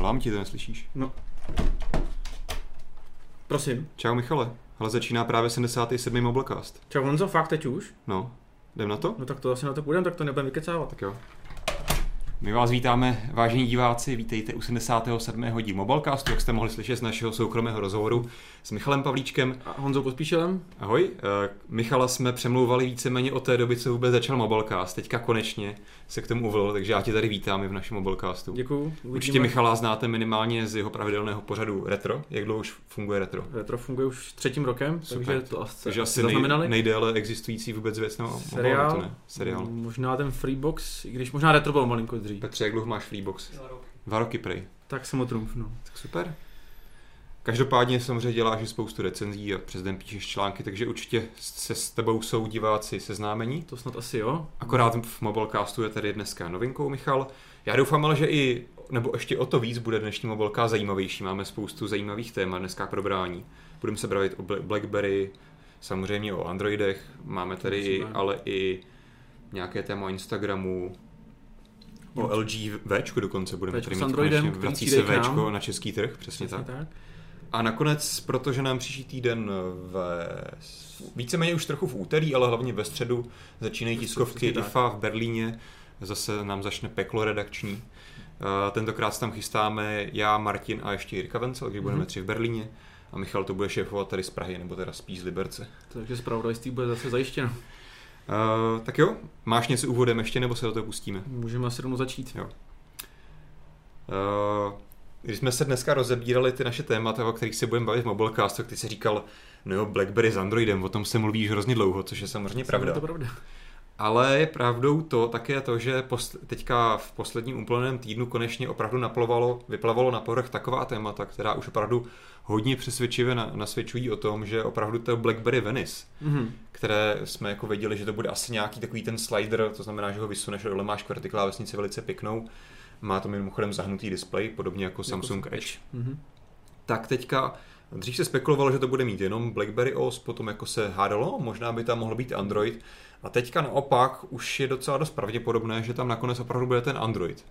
Volám ti, to neslyšíš. No. Prosím. Čau Michale. Ale začíná právě 77. Mobilecast. Čau Honzo, fakt teď už? No, jdem na to? No tak to asi na to půjdem, tak to nebudeme vykecávat. Tak jo. My vás vítáme, vážení diváci, vítejte u 77. dílu Mobilecastu, jak jste mohli slyšet z našeho soukromého rozhovoru s Michalem Pavlíčkem. A Honzou Pospíšilem. Ahoj, Michala jsme přemlouvali víceméně od té doby, co vůbec začal Mobilecast. Teďka konečně se k tomu uvolil, takže já tě tady vítám i v našem Mobilecastu. Děkuju. Určitě Michala znáte minimálně z jeho pravidelného pořadu Retro. Jak dlouho už funguje Retro? Retro funguje už 3. rokem, Super. takže asi nejdéle existující vůbec věc na seriál. Možná ten Freebox, i když možná Retro byl malinko dřív. Petře, jak dlouho máš Freebox? 2 roky prej. Tak jsem o trumfnu. Tak super. Každopádně samozřejmě děláš i spoustu recenzí a přes den píšeš články, takže určitě se s tebou jsou diváci seznámení. To snad asi jo. Akorát v Mobilecastu je tady dneska novinkou, Michal. Já doufám ale, že i, nebo ještě o to víc bude dnešní Mobilecast zajímavější. Máme spoustu zajímavých témat dneska k probrání. Budeme se bavit o BlackBerry, samozřejmě o Androidech, máme tady ale i nějaké téma Instagramu, o LG Včko dokonce budeme tady mít konečně, vrací se Včko na český trh, přesně tak. A nakonec, protože nám příští týden víceméně už trochu v úterý, ale hlavně ve středu začínají tiskovky IFA v Berlíně, zase nám začne peklo redakční. Tentokrát tam chystáme já, Martin a ještě Jirka Vencel, když budeme 3 v Berlíně a Michal to bude šéfovat tady z Prahy, nebo teda spíš z Liberce. Takže zpravodajství bude zase zajištěno. Tak jo, máš něco úvodem ještě, nebo se do toho pustíme? Můžeme asi rovnou začít. Jo. Když jsme se dneska rozebírali ty naše témata, o kterých se budeme bavit v Mobilecastu, tak ty jsi říkal, no jo, BlackBerry s Androidem, o tom se mluví už hrozně dlouho, což je samozřejmě pravda. To pravda. Ale je pravdou to také to, že teďka v posledním úplném týdnu konečně opravdu vyplavalo na povrch taková témata, která už opravdu hodně přesvědčivě nasvědčují o tom, že opravdu to BlackBerry Venice, které jsme jako věděli, že to bude asi nějaký takový ten slider, to znamená, že ho vysuneš a dole máš QWERTY klávesnici velice pěknou, má to mimochodem zahnutý displej, podobně jako Samsung Edge. Tak teďka dřív se spekulovalo, že to bude mít jenom BlackBerry OS, potom jako se hádalo, možná by tam mohl být Android. A teďka naopak už je docela dost pravděpodobné, že tam nakonec opravdu bude ten Android.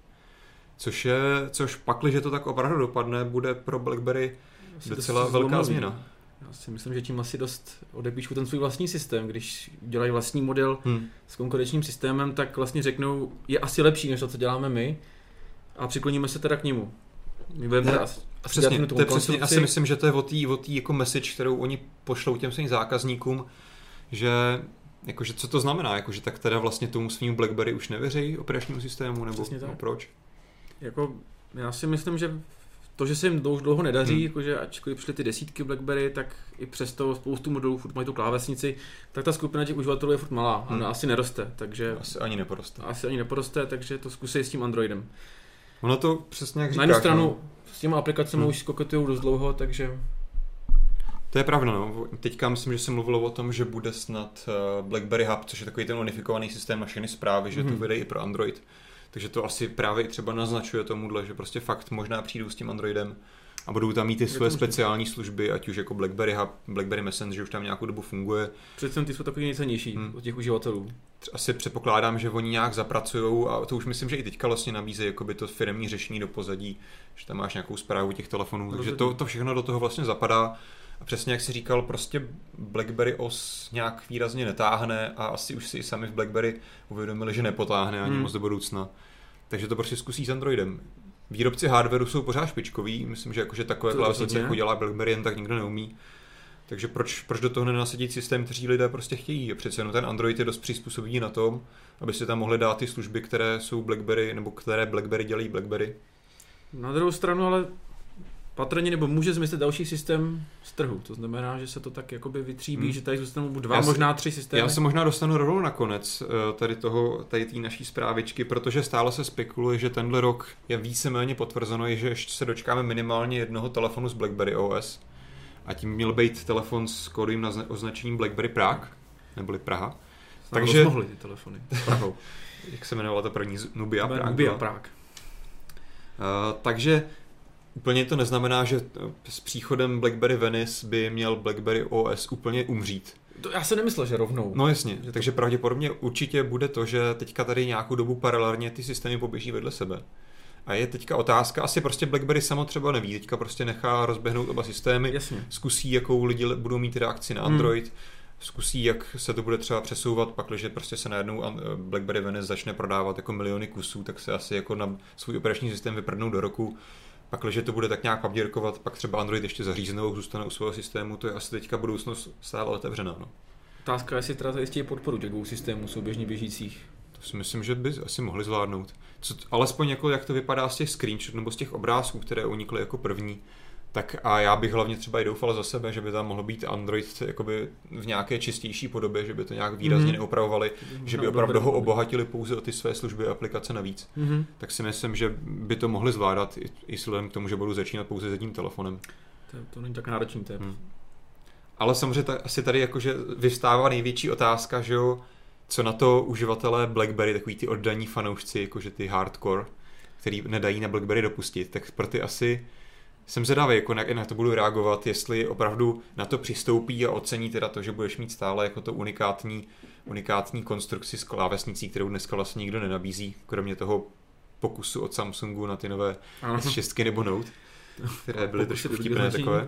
Což pakli, že to tak opravdu dopadne, bude pro BlackBerry docela velká změna. Já si myslím, že tím asi dost odepíšu ten svůj vlastní systém. Když dělají vlastní model s konkurenčním systémem, tak vlastně řeknou, je asi lepší, než to, co děláme my, a přikloníme se teda k němu. My budeme přesně, to je přesně, já si myslím, že to je o té jako message, kterou oni pošlou těm svým zákazníkům, že jakože co to znamená, jakože tak teda vlastně tomu svým BlackBerry už nevěří operačnímu systému, nebo proč? Jako, já si myslím, že to, že se jim dlouho nedaří, jakože ačkoliv přišly ty desítky BlackBerry, tak i přesto spoustu modelů furt mají tu klávesnici, tak ta skupina těch uživatelů je furt malá a asi neroste, takže asi ani neporoste, takže to zkusí s tím Androidem. Ono to přesně jak říkáš. Na jednu stranu s těma aplikacemi už kokotujou dost dlouho, takže... To je pravda, no. Teďka myslím, že se mluvilo o tom, že bude snad BlackBerry Hub, což je takový ten unifikovaný systém na všechny zprávy, že to vydají i pro Android. Takže to asi právě třeba naznačuje tomuhle, že prostě fakt možná přijdou s tím Androidem a budou tam mít ty své speciální služby, ať už jako BlackBerry Hub, BlackBerry Messenger, že už tam nějakou dobu funguje. Přece ty jsou takový nejcennější od těch uživatelů. Asi předpokládám, že oni nějak zapracujou a to už myslím, že i teďka vlastně nabízejí jakoby to firemní řešení do pozadí, že tam máš nějakou správu těch telefonů, takže to všechno do toho vlastně zapadá. A přesně jak jsi říkal, prostě BlackBerry OS nějak výrazně netáhne a asi už si i sami v BlackBerry uvědomili, že nepotáhne ani moc do budoucna. Takže to prostě zkusí s Androidem. Výrobci hardwareu jsou pořád špičkoví, myslím, že jakože takové klávesnice, jako dělá BlackBerry, jen tak nikdo neumí. Takže proč do toho nenasadit systém, kteří lidé prostě chtějí? A přece jenom ten Android je dost přizpůsobí na tom, aby si tam mohli dát ty služby, které jsou BlackBerry, nebo které BlackBerry dělají BlackBerry. Na druhou stranu ale patrně nebo může zmizet další systém z trhu. To znamená, že se to tak jakoby vytříbí, že tady zůstanou možná 3 systémy. Já se možná dostanu rovnou nakonec tady té naší zprávičky, protože stále se spekuluje, že tenhle rok je víceméně potvrzeno, že ještě se dočkáme minimálně jednoho telefonu z BlackBerry OS. A tím měl být telefon s kódovým označením BlackBerry Prague, neboli Praha. Takže mohly ty telefony Prahou. Jak se jmenovala ta první? Nubia Prague. Takže úplně to neznamená, že s příchodem BlackBerry Venice by měl BlackBerry OS úplně umřít. To já se nemyslel, že rovnou. No jasně, takže pravděpodobně určitě bude to, že teďka tady nějakou dobu paralelně ty systémy poběží vedle sebe. A je teďka otázka, asi prostě BlackBerry samo třeba neví, teďka prostě nechá rozběhnout oba systémy, Jasně. zkusí, jakou lidi budou mít reakci na Android, zkusí, jak se to bude třeba přesouvat, pakliže prostě se najednou BlackBerry Venice začne prodávat jako miliony kusů, tak se asi jako na svůj operační systém vyprdnou do roku. Pakliže to bude tak nějak paběrkovat, pak třeba Android ještě zařízenou zůstane u svého systému, to je asi teďka budoucnost stále otevřená. No. Otázka, jestli teda zajistí podporu těch dvou systémů souběžně běžících. To si myslím, že by asi mohli zvládnout. Alespoň jako jak to vypadá z těch screenshotů nebo z těch obrázků, které unikly jako první, tak a já bych hlavně třeba i doufal za sebe, že by tam mohl být Android jakoby v nějaké čistější podobě, že by to nějak výrazně neopravovali, že by opravdu ho obohatili pouze o ty své služby a aplikace navíc. Tak si myslím, že by to mohli zvládat i vzhledem k tomu, že budou začínat pouze s jedním telefonem. To není tak náročný tep. Ale samozřejmě asi tady jakože vyvstává největší otázka, že jo, co na to uživatelé BlackBerry, takový ty oddaní fanoušci, jakože ty hardcore, který nedají na BlackBerry dopustit, tak pro ty asi jsem zvědavý, jako na to budu reagovat, jestli opravdu na to přistoupí a ocení teda to, že budeš mít stále jako to unikátní konstrukci s klávesnicí, kterou dneska vlastně nikdo nenabízí, kromě toho pokusu od Samsungu na ty nové S6 nebo Note, které byly trošku vtipné takové.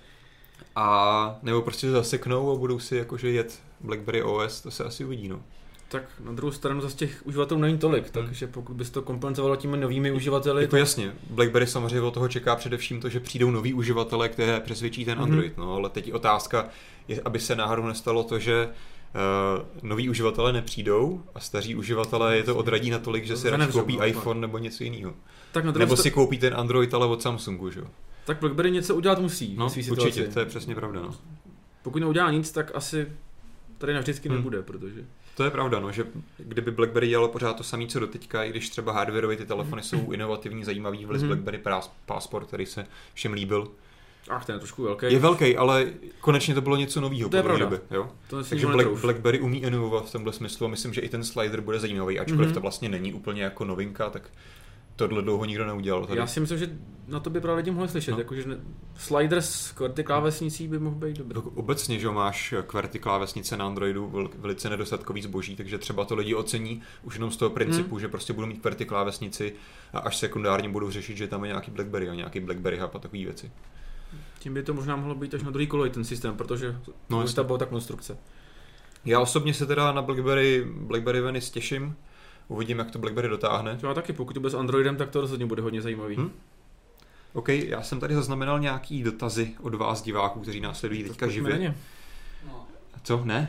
A nebo prostě zaseknou a budou si jakože jet BlackBerry OS, to se asi uvidí, no. Tak na druhou stranu zase těch uživatelů není tolik, takže pokud bys to kompenzovalo těmi novými uživateli... Jako jasně, BlackBerry samozřejmě od toho čeká především to, že přijdou noví uživatelé, které přesvědčí ten Android, no, ale teď otázka je, aby se náhodou nestalo to, že noví uživatelé nepřijdou a staří uživatelé je to odradí natolik, že si radši koupí iPhone nebo něco jiného. Nebo si koupí ten Android, ale od Samsungu, že jo. Tak BlackBerry něco udělat musí. No, určitě, to je přesně pravda, no. Pokud neudělá nic, tak asi tady navždycky nebude, protože... To je pravda, no, že kdyby BlackBerry dělalo pořád to samé, co doteďka, i když třeba hardwareově ty telefony jsou inovativní, zajímavý, vliv BlackBerry Passport, který se všem líbil. Ach, ten je trošku velký. Je velký, ale konečně to bylo něco nového. To je pravda. Doby, jo? Takže BlackBerry umí inovovat v tomhle smyslu a myslím, že i ten slider bude zajímavý, ačkoliv to vlastně není úplně jako novinka, tak tohle dlouho nikdo neudělal. Tady. Já si myslím, že na to by právě lidi mohli slyšet, jakože slider s QWERTY klávesnicí by mohl být dobrý. Obecně, že máš QWERTY klávesnice na Androidu velice nedostatkový zboží, takže třeba to lidi ocení už jenom z toho principu, že prostě budou mít QWERTY klávesnici a až sekundárně budou řešit, že tam je nějaký BlackBerry a nějaký BlackBerry Hub a takové věci. Tím by to možná mohlo být až na druhý kolej ten systém, protože ta byla ta konstrukce. Já osobně se teda na BlackBerry Venice těším. Uvidím, jak to BlackBerry dotáhne. Já taky, pokud to bude s Androidem, tak to rozhodně bude hodně zajímavý. OK, já jsem tady zaznamenal nějaký dotazy od vás diváků, kteří nás sledují teďka živě. No. Co? Ne?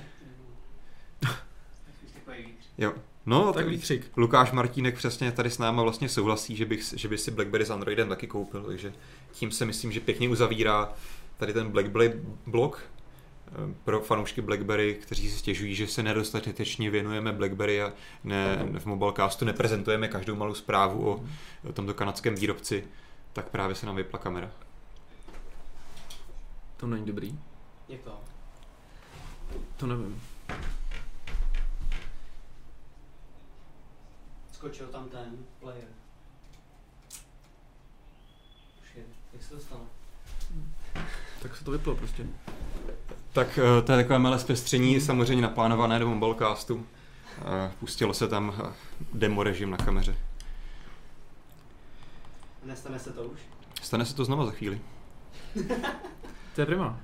Jo. No, tak výkřik. Lukáš Martínek přesně tady s náma vlastně souhlasí, že by si BlackBerry s Androidem taky koupil, takže tím se myslím, že pěkně uzavírá tady ten BlackBerry blog pro fanoušky BlackBerry, kteří si stěžují, že se nedostatečně věnujeme BlackBerry a v Mobilecastu neprezentujeme každou malou zprávu o tomto kanadském výrobci, tak právě se nám vypla kamera. To není dobrý. Jak to? To nevím. Skočil tam ten player. Už je. Jak se to stalo? Tak se to vyplo prostě. Tak to je takové malé zpestření, samozřejmě naplánované do Mobilecastu. Pustilo se tam demo režim na kameře. Nestane se to už? Stane se to znova za chvíli. To je prima.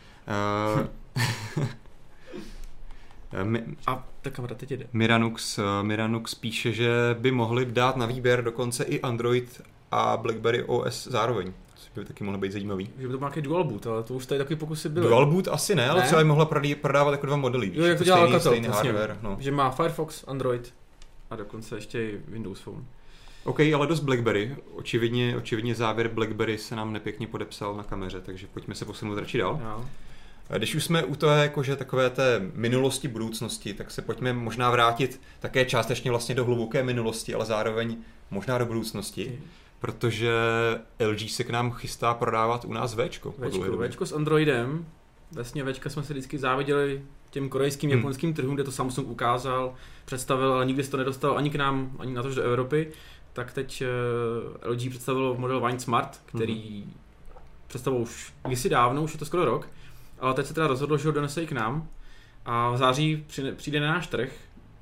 A ta kamera teď jde. Miranux píše, že by mohli dát na výběr dokonce i Android a BlackBerry OS zároveň. To by taky mohlo být zajímavý. Že by to byl nějaký dual boot, ale to už tady taky pokusy byly. Dual boot asi ne, ale třeba by mohla prodávat jako dva modely. Jo, jak to dělá Alcatel, stejný hardware. No. Že má Firefox, Android a dokonce ještě i Windows Phone. OK, ale dost BlackBerry. Očividně závěr BlackBerry se nám nepěkně podepsal na kameře, takže pojďme se posunout radši dál. Jo. Když už jsme u toho jakože takové té minulosti, budoucnosti, tak se pojďme možná vrátit také částečně vlastně do hluboké minulosti, ale zároveň možná do budoucnosti, protože LG se k nám chystá prodávat u nás Včko s Androidem. Vlastně Včka jsme se vždycky záviděli těm korejským, japonským trhům, kde to Samsung ukázal, představil, ale nikdy se to nedostal ani k nám, ani na to, že do Evropy. Tak teď LG představilo model Vine Smart, který představoval už kdysi dávno, už je to skoro rok, ale teď se teda rozhodlo, že ho donese i k nám a v září přijde na náš trh.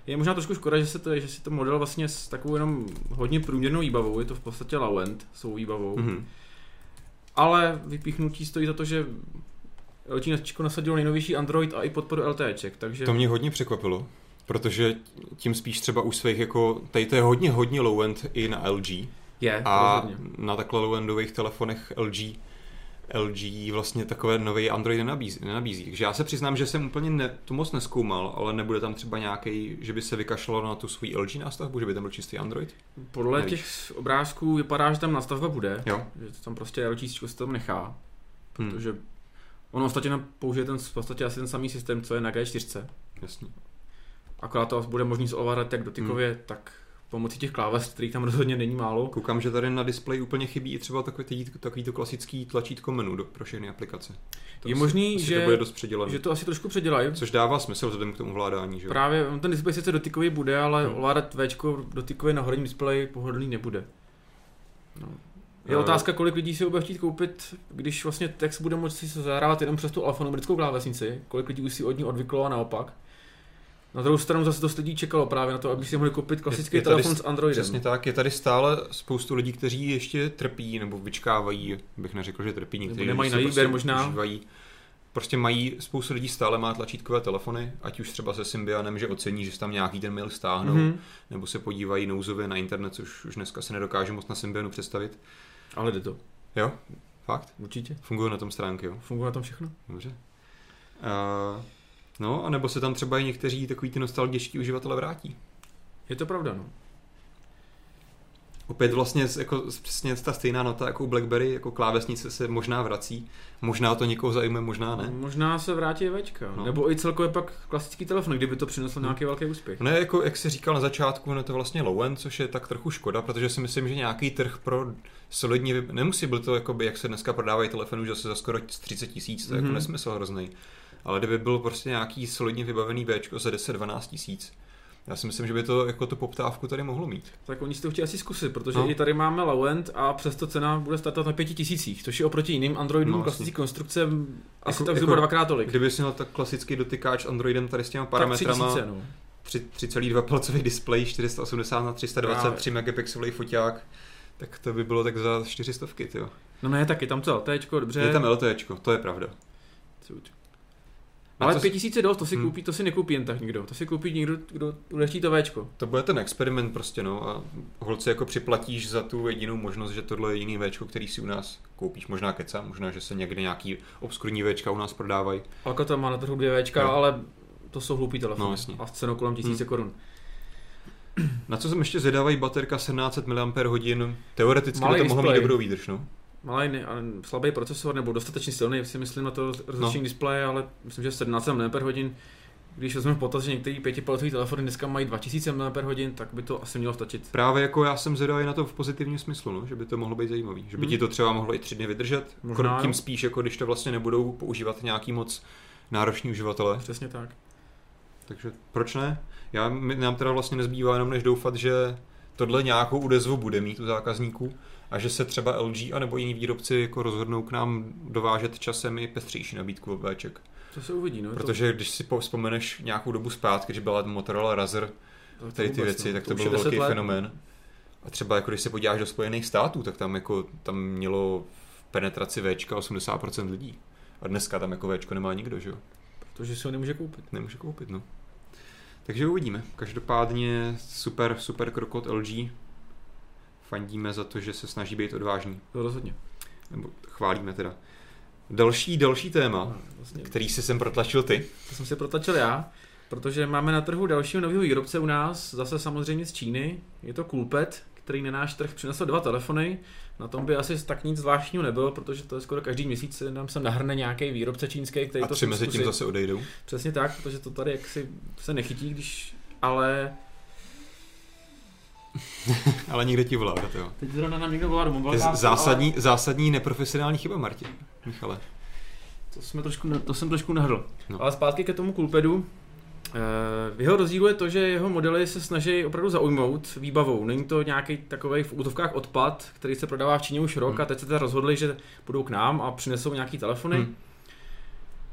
Je možná trošku škoda, že si to model vlastně s takovou jenom hodně průměrnou výbavou, je to v podstatě low-end svou výbavou. Ale vypíchnutí stojí za to, že LG nasadilo nejnovější Android a i podporu LTEček, takže... To mě hodně překvapilo, protože tím spíš třeba u svých jako, tady to je hodně low-end i na LG. A na takhle low-endových telefonech LG vlastně takové nový Android nenabízí. Takže já se přiznám, že jsem úplně to moc nezkoumal, ale nebude tam třeba nějaký, že by se vykašlalo na tu svůj LG nástavbu, že by tam byl čistý Android? Podle těch obrázků vypadá, že tam nástavba bude, jo. Že to tam prostě LG se tam nechá, protože ono ostatně použije v podstatě asi ten samý systém, co je na G4. Jasně. Akorát to bude možný ovládat jak dotykově, tak pomocí těch kláves, kterých tam rozhodně není málo. Koukám, že tady na displeji úplně chybí i třeba takový to klasický tlačítko menu pro všechny aplikace. Je možný, že to bude dost předělaný. Že to asi trošku předělají. Což dává smysl vzhledem k tomu ovládání. Že? Právě, ten displej sice dotykový bude, ale ovládat Včko dotykově na horním displeji pohodlný nebude. No. Je otázka, kolik lidí si ho bude chtít koupit, když vlastně text bude moci se zahrávat jenom přes tu alfanumerickou klávesnici. Kolik lidí už si od ní odvyklo a naopak. Na druhou stranu zase dost lidí čekalo právě na to, aby si mohli koupit klasický telefon s Androidem. Přesně tak, je tady stále spoustu lidí, kteří ještě trpí nebo vyčkávají, bych neřekl, že trpí, někteří nemají na výběr možná. Užívají. Prostě mají, spoustu lidí stále má tlačítkové telefony, ať už třeba se Symbianem, že ocení, že si tam nějaký ten mail stáhnou, nebo se podívají nouzově na internet, což už dneska se nedokážu moc na Symbianu představit. Ale jde to. Jo? Fakt? Určitě. Fungují na tom stránky, jo? Funguje na tom všechno. Dobře. No, anebo se tam třeba i někteří takový ty nostalgičtí uživatelé vrátí. Je to pravda, no. Opět vlastně jako přesně ta stejná nota jako u BlackBerry, jako klávesnice se možná vrací. Možná to někoho zajímá, možná ne. Možná se vrátí i Včka, no. Nebo i celkově pak klasický telefon, kdyby to přineslo nějaký velký úspěch. Ne, jako jak jsi říkal na začátku, no to vlastně low-end, což je tak trochu škoda, protože si myslím, že nějaký trh pro solidní, nemusí být to jakoby, jak se dneska prodávají telefony už zase za skoro 30 000, to je jako nesmysl hrozný. Ale kdyby byl prostě nějaký solidně vybavený Včko za 10-12 000, já si myslím, že by to jako tu poptávku tady mohlo mít. Tak oni si to chtějí asi zkusit, protože i tady máme low-end a přesto cena bude startovat na 5 000, což je oproti jiným Androidům klasický konstrukce asi tak zhruba dvakrát tolik. Kdyby si měl tak klasický dotykáč s Androidem tady s těma parametrama, 3,2 palcový displej, 480x323 megapixelový foťák, tak to by bylo tak za 400, tyjo. No ne, taky tam to LTEčko, dobře. Je tam LTEčko, to je pravda. Ale 5000 je dost, to si nekoupí jen tak nikdo. To si koupí někdo, kdo uleští to Včko. To bude ten experiment prostě, no. A holci jako připlatíš za tu jedinou možnost, že tohle je jediný Včko, který si u nás koupíš. Možná keca, možná, že se někde nějaký obskurní Včka u nás prodávají. Alka má na trhu 2 Včka, ale to jsou hloupý telefony. No, a s cenou kolem 1000 korun. Na co jsem ještě zvědavý, baterka 1700 mAh, teoreticky by to mohlo mít dobrou výdrž, no. Malý, slabý procesor nebo dostatečně silný, si myslím na to rozlišení displeje, ale myslím, že 17 mAh, když vezmeme v potaz, že některý 5-palcový telefony dneska mají 2000 mAh, tak by to asi mělo stačit. Právě jako já jsem zvědavý na to v pozitivním smyslu, no, že by to mohlo být zajímavý, že by ti to třeba mohlo i 3 dny vydržet, tím spíš, jako když to vlastně nebudou používat nějaký moc nároční uživatelé. Přesně tak. Takže proč ne? Nám teda vlastně nezbývá jenom než doufat, že tohle nějakou odezvu bude mít u zákazníků a že se třeba LG a nebo jiní výrobci jako rozhodnou k nám dovážet časem i pestřejší nabídku Vček. To se uvidí, no. Protože když si vzpomeneš nějakou dobu zpátky, když byla Motorola Razr, tady ty věci, tak to byl velký fenomén. A třeba jako když se podíváš do Spojených států, tak tam mělo v penetraci Včka 80% lidí. A dneska tam jako Včko nemá nikdo, že jo? Protože si ho nemůže koupit. Nemůže koupit, no. Takže uvidíme. Každopádně super krok od LG. Fandíme za to, že se snaží být odvážný. To rozhodně. Nebo chválíme teda. Další téma, který si sem protlačil ty. To jsem si protlačil já, protože máme na trhu dalšího nového výrobce u nás, zase samozřejmě z Číny. Je to Coolpad, který na náš trh přinesl 2 telefony. Na tom by asi tak nic zvláštního nebylo, protože to je skoro každý měsíc nám sem nahrne nějaký výrobce čínský, který to 3 mezi tím zase odejdou. Přesně tak, protože to tady jaksi se nechytí, ale ale někde ti volá, jo. Teď zrovna nám někdo volá do mobilka. Zásadní neprofesionální chyba, Martin. Michale. To jsem trošku nahrl. No. Ale zpátky ke tomu Coolpadu. Jeho rozdíl je to, že jeho modely se snaží opravdu zaujmout výbavou. Není to nějaký takovej v úzovkách odpad, který se prodává v Číně už rok a teď se teda rozhodli, že půjdou k nám a přinesou nějaký telefony.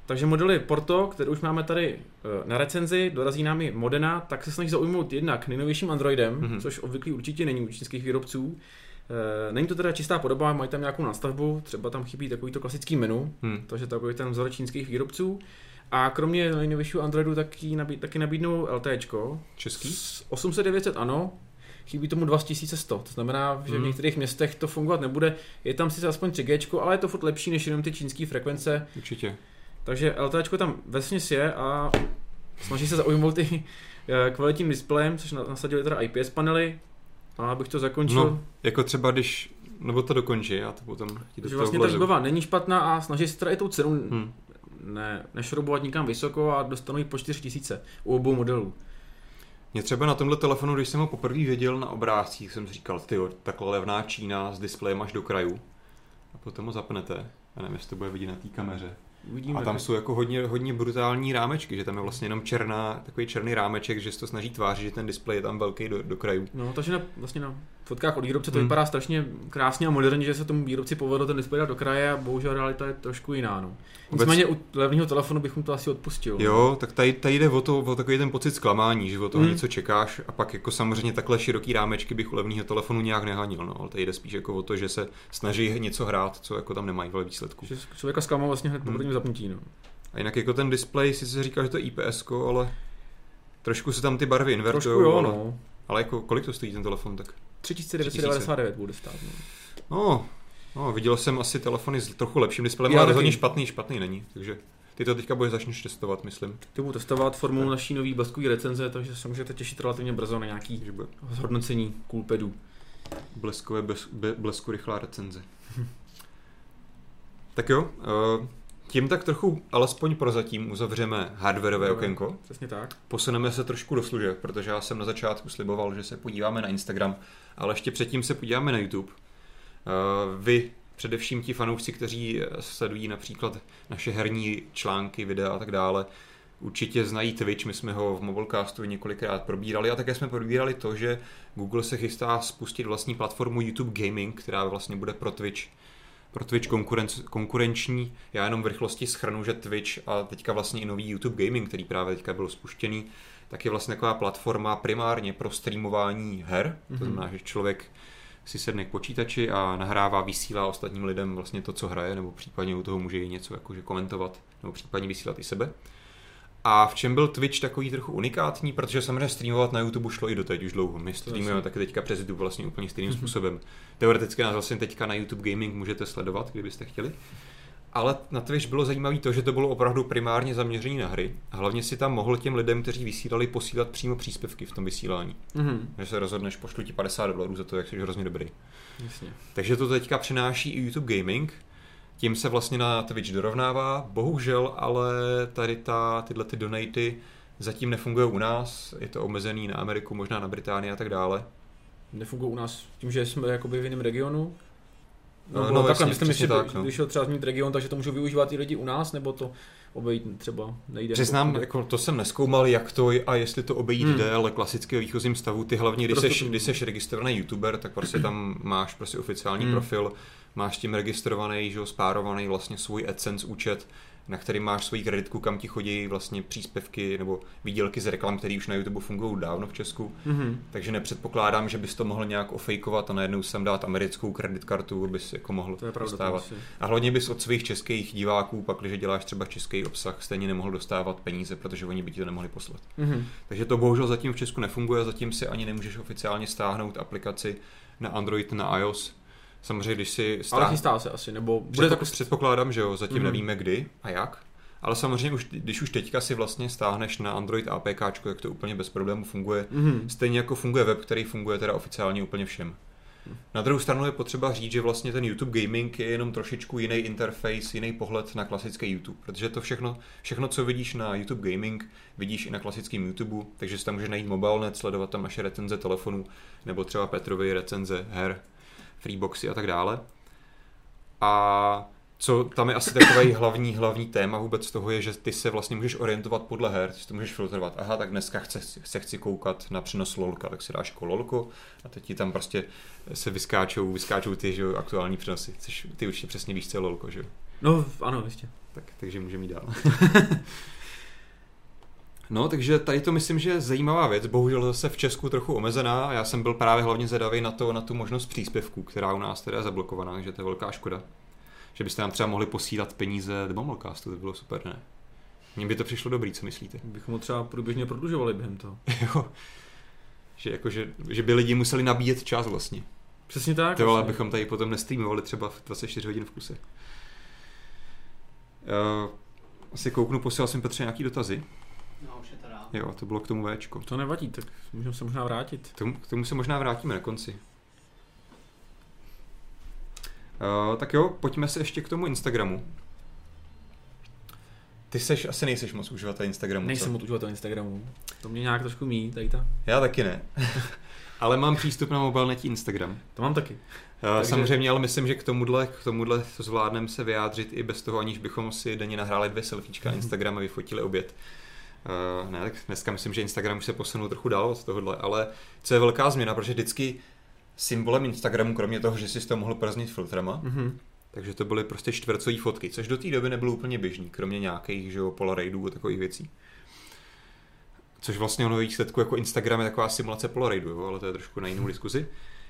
Takže modely Porto, které už máme tady na recenzi, dorazí nám i Modena, tak se snaží zaujmout jednak nejnovějším Androidem, což obvyklý určitě není u čínských výrobců. Není to teda čistá podoba, mají tam nějakou nastavbu, třeba tam chybí takovýto klasický menu, takže takový ten vzor čínských výrobců. A kromě nejnovějšího Androidu taky nabídnou LTEčko. Český? 800-900 ano, chybí tomu 2100, to znamená, že v některých městech to fungovat nebude. Je tam sice aspoň 3G, ale je to furt lepší než jenom ty čínské frekvence. Určitě. Takže LTEčko tam vesměs je a snaží se zaujmout i kvalitním displejem, což nasadili teda IPS panely. A abych to zakončil. No, jako třeba když, nebo to dokončí, já to potom ti do toho vlastně ta výbava není špatná a snaží se teda i tou cenu nešroubovat nikam vysoko a dostanou ji po 4000 u obou modelů. Mě třeba na tomhle telefonu, když jsem ho poprvé viděl na obrázcích, jsem si říkal, tyjo, takhle levná Čína s displejem až do kraju. A potom ho zapnete. Já nevím, jestli to bude vidět na té kameře. Uvidíme, a tam jsou jako hodně brutální rámečky, že tam je vlastně jenom takový černý rámeček, že se to snaží tvářit, že ten displej je tam velký do krajů. No, takže vlastně na fotkách od výrobce to vypadá strašně krásně a moderně, že se tomu výrobci povedlo ten displej dát do kraje a bohužel realita je trošku jiná. No. Nicméně u levného telefonu bychom to asi odpustil. Jo, tak tady jde o takový ten pocit zklamání, že o toho něco čekáš a pak jako samozřejmě takhle široký rámečky bych u levného telefonu nějak nehanil, no, ale tady jde spíš jako o to, že se snaží něco hrát, co jako tam nemají ve výsledku. Že člověka zklamal vlastně hned po prvním zapnutí, no. A jinak jako ten displej si se říká, že to je IPS-ko, ale trošku se tam ty barvy invertujou. Trošku jo, no. Ale jako kolik to stojí ten telefon tak? 3999 bude stát. No, viděl jsem asi telefony s trochu lepším displejem, ale rozhodně špatný není, takže ty to teďka budeš začneš testovat, myslím. Ty budu testovat formou naší nový bleskový recenze, takže se můžete těšit relativně brzo na nějaký zhodnocení coolpadů. Blesku rychlá recenze. Tak jo, tím tak trochu alespoň prozatím uzavřeme hardwareové okénko. Přesně tak. Posuneme se trošku do služeb, protože já jsem na začátku sliboval, že se podíváme na Instagram, ale ještě předtím se podíváme na YouTube. Vy, především ti fanoušci, kteří sledují například naše herní články, videa a tak dále, určitě znají Twitch, my jsme ho v Mobilecastu několikrát probírali a také jsme probírali to, že Google se chystá spustit vlastní platformu YouTube Gaming, která vlastně bude pro Twitch konkurenční. Já jenom v rychlosti shrnu, že Twitch a teďka vlastně i nový YouTube Gaming, který právě teďka byl spuštěný, tak je vlastně taková platforma primárně pro streamování her. To znamená, že člověk si sedne k počítači a nahrává, vysílá ostatním lidem vlastně to, co hraje, nebo případně u toho může i něco jakože komentovat, nebo případně vysílat i sebe. A v čem byl Twitch takový trochu unikátní, protože samozřejmě streamovat na YouTube šlo i doteď už dlouho. My streamujeme taky teďka přes YouTube vlastně úplně stejným způsobem. Teoreticky nás vlastně teďka na YouTube Gaming můžete sledovat, kdybyste chtěli. Ale na Twitch bylo zajímavé to, že to bylo opravdu primárně zaměřené na hry. A hlavně si tam mohl těm lidem, kteří vysílali, posílat přímo příspěvky v tom vysílání. Že se rozhodneš, pošlu ti $50 za to, jak jsi hrozně dobrý. Jasně. Takže to teďka přináší i YouTube Gaming. Tím se vlastně na Twitch dorovnává. Bohužel, ale tady tyhle ty donaty zatím nefungují u nás. Je to omezený na Ameriku, možná na Británii a tak dále. Nefungují u nás tím, že jsme jakoby v jiném regionu? No takhle, jasně, myslím, že když ho třeba zmínit region, takže to můžou využívat i lidi u nás, nebo to obejít třeba nejde? Přiznám, jako to jsem nezkoumal, jak to a jestli to obejít jde, ale klasického výchozím stavu, ty hlavně, když seš registrovaný YouTuber, tak prostě tam máš prostě oficiální profil, máš tím registrovaný, že spárovaný vlastně svůj AdSense účet, na který máš svoji kreditku, kam ti chodí vlastně příspěvky nebo výdělky z reklam, které už na YouTube fungují dávno v Česku. Takže nepředpokládám, že bys to mohl nějak ofejkovat a najednou sem dát americkou kreditkartu, abys jako mohl dostávat. A hlavně bys od svých českých diváků, pak když děláš třeba český obsah, stejně nemohl dostávat peníze, protože oni by ti to nemohli poslat. Takže to bohužel zatím v Česku nefunguje, zatím si ani nemůžeš oficiálně stáhnout aplikaci na Android, na iOS. Samozřejmě, když si ale chystá se asi, nebo bude předpokládám, že jo, zatím nevíme kdy a jak. Ale samozřejmě, když už teďka si vlastně stáhneš na Android APKčko, jak to úplně bez problémů funguje, stejně jako funguje web, který funguje teda oficiálně úplně všem. Na druhou stranu je potřeba říct, že vlastně ten YouTube Gaming je jenom trošičku jiný interface, jiný pohled na klasický YouTube, protože to všechno, co vidíš na YouTube Gaming, vidíš i na klasickém YouTube, takže si tam můžeš najít Mobilenet, sledovat tam naše recenze telefonů, nebo třeba Petrovy recenze her, freeboxy a tak dále. A co tam je asi takový hlavní téma vůbec toho je, že ty se vlastně můžeš orientovat podle her, ty si to můžeš filtrovat. Aha, tak dneska chci koukat na přenos LOLka, tak si dáš jako LOLko a teď ti tam prostě se vyskáčou ty, že aktuální přenosy. Ty určitě přesně víš, co je LOLko, že jo? No, ano, ještě. Takže můžeme jít dál. No, takže tady to myslím, že je zajímavá věc, bohužel zase v Česku trochu omezená. Já jsem byl právě hlavně zvědavý na tu možnost příspěvků, která u nás teda je zablokovaná, takže to je velká škoda. Že byste nám třeba mohli posílat peníze do Bumblecastu, to by bylo super, ne? Mně by to přišlo dobrý, co myslíte? Bychom ho třeba průběžně prodlužovali během toho. Jo, že by lidi museli nabíjet čas vlastně. Přesně tak. To ale bychom tady potom nestreamovali třeba v 24 hodin v kuse. Asi kouknu, posílal jsem Petře nějaký dotazy. No, už je to rád. Jo, to bylo k tomu Včko. To nevadí, tak můžeme se možná vrátit. K tomu se možná vrátíme na konci. Tak jo, pojďme se ještě k tomu Instagramu. Ty asi nejseš moc uživatel Instagramu. Nejsem moc uživatel Instagramu. To mě nějak trošku míjí, tady ta. Já taky ne. Ale mám přístup na mobilnetí Instagram. To mám taky. Takže... Samozřejmě, ale myslím, že k tomuhle to zvládneme se vyjádřit i bez toho, aniž bychom si denně nahráli 2 selfiečka na Instagram a vyfotili oběd. Ne, tak dneska myslím, že Instagram už se posunul trochu dál od tohohle, ale co je velká změna, protože vždycky symbolem Instagramu, kromě toho, že si to mohl praznit filtrama, takže to byly prostě čtvercové fotky, což do té doby nebylo úplně běžný, kromě nějakých, že jo, polaroidů a takových věcí. Což vlastně ono výsledku jako Instagram je taková simulace polaroidu, jo, ale to je trošku na jinou diskuzi.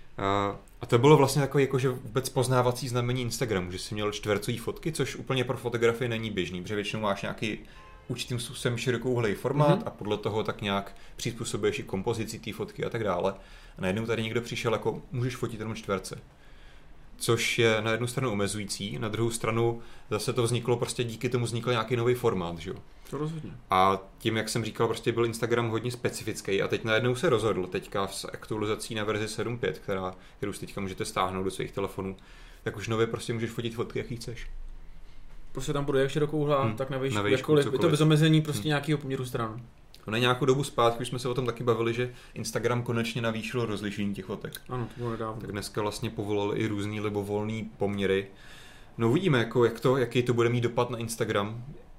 A to bylo vlastně takový jakože vůbec poznávací znamení Instagramu, že jsi měl čtvercové fotky, což úplně pro fotografii není běžný, protože většinou máš nějaký určitým způsobem širokouhlej formát a podle toho tak nějak přizpůsobuješ i kompozici té fotky a tak dále. A najednou tady někdo přišel jako můžeš fotit jenom čtverce. Což je na jednu stranu omezující, na druhou stranu zase to vzniklo, prostě díky tomu vznikl nějaký nový formát, že jo. To rozhodně. A tím, jak jsem říkal, prostě byl Instagram hodně specifický a teď najednou se rozhodl, teďka s aktualizací na verzi 7.5, kterou si teďka můžete stáhnout do svých telefonů, tak už nově prostě můžeš fotit fotky, jaký chceš. Prostě tam bude jak širokouhlá, tak na výšku, jakkoliv. Je to bez omezení prostě nějakého poměru stran. Na nějakou dobu zpátky už jsme se o tom taky bavili, že Instagram konečně navýšil rozlišení těch fotek. Ano, to bylo nedávno. Tak dneska vlastně povolili i různý libovolný poměry. No uvidíme, jako jaký to bude mít dopad na Instagram,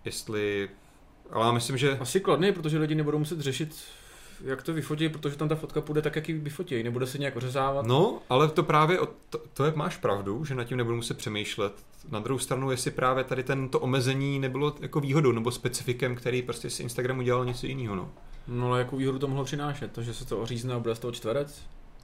ale já myslím, že... Asi kladný, protože lidi nebudou muset řešit, jak to vyfotí, protože tam ta fotka půjde tak, jak ji vyfotí, nebude se nějak ořezávat. No, ale to právě, máš pravdu, že nad tím nebudu muset přemýšlet. Na druhou stranu, jestli právě tady to omezení nebylo jako výhodou nebo specifikem, který prostě z Instagramu dělal něco jiného, no. No ale jakou výhodu to mohlo přinášet? To, že se to ořízne a bude z toho čtverec?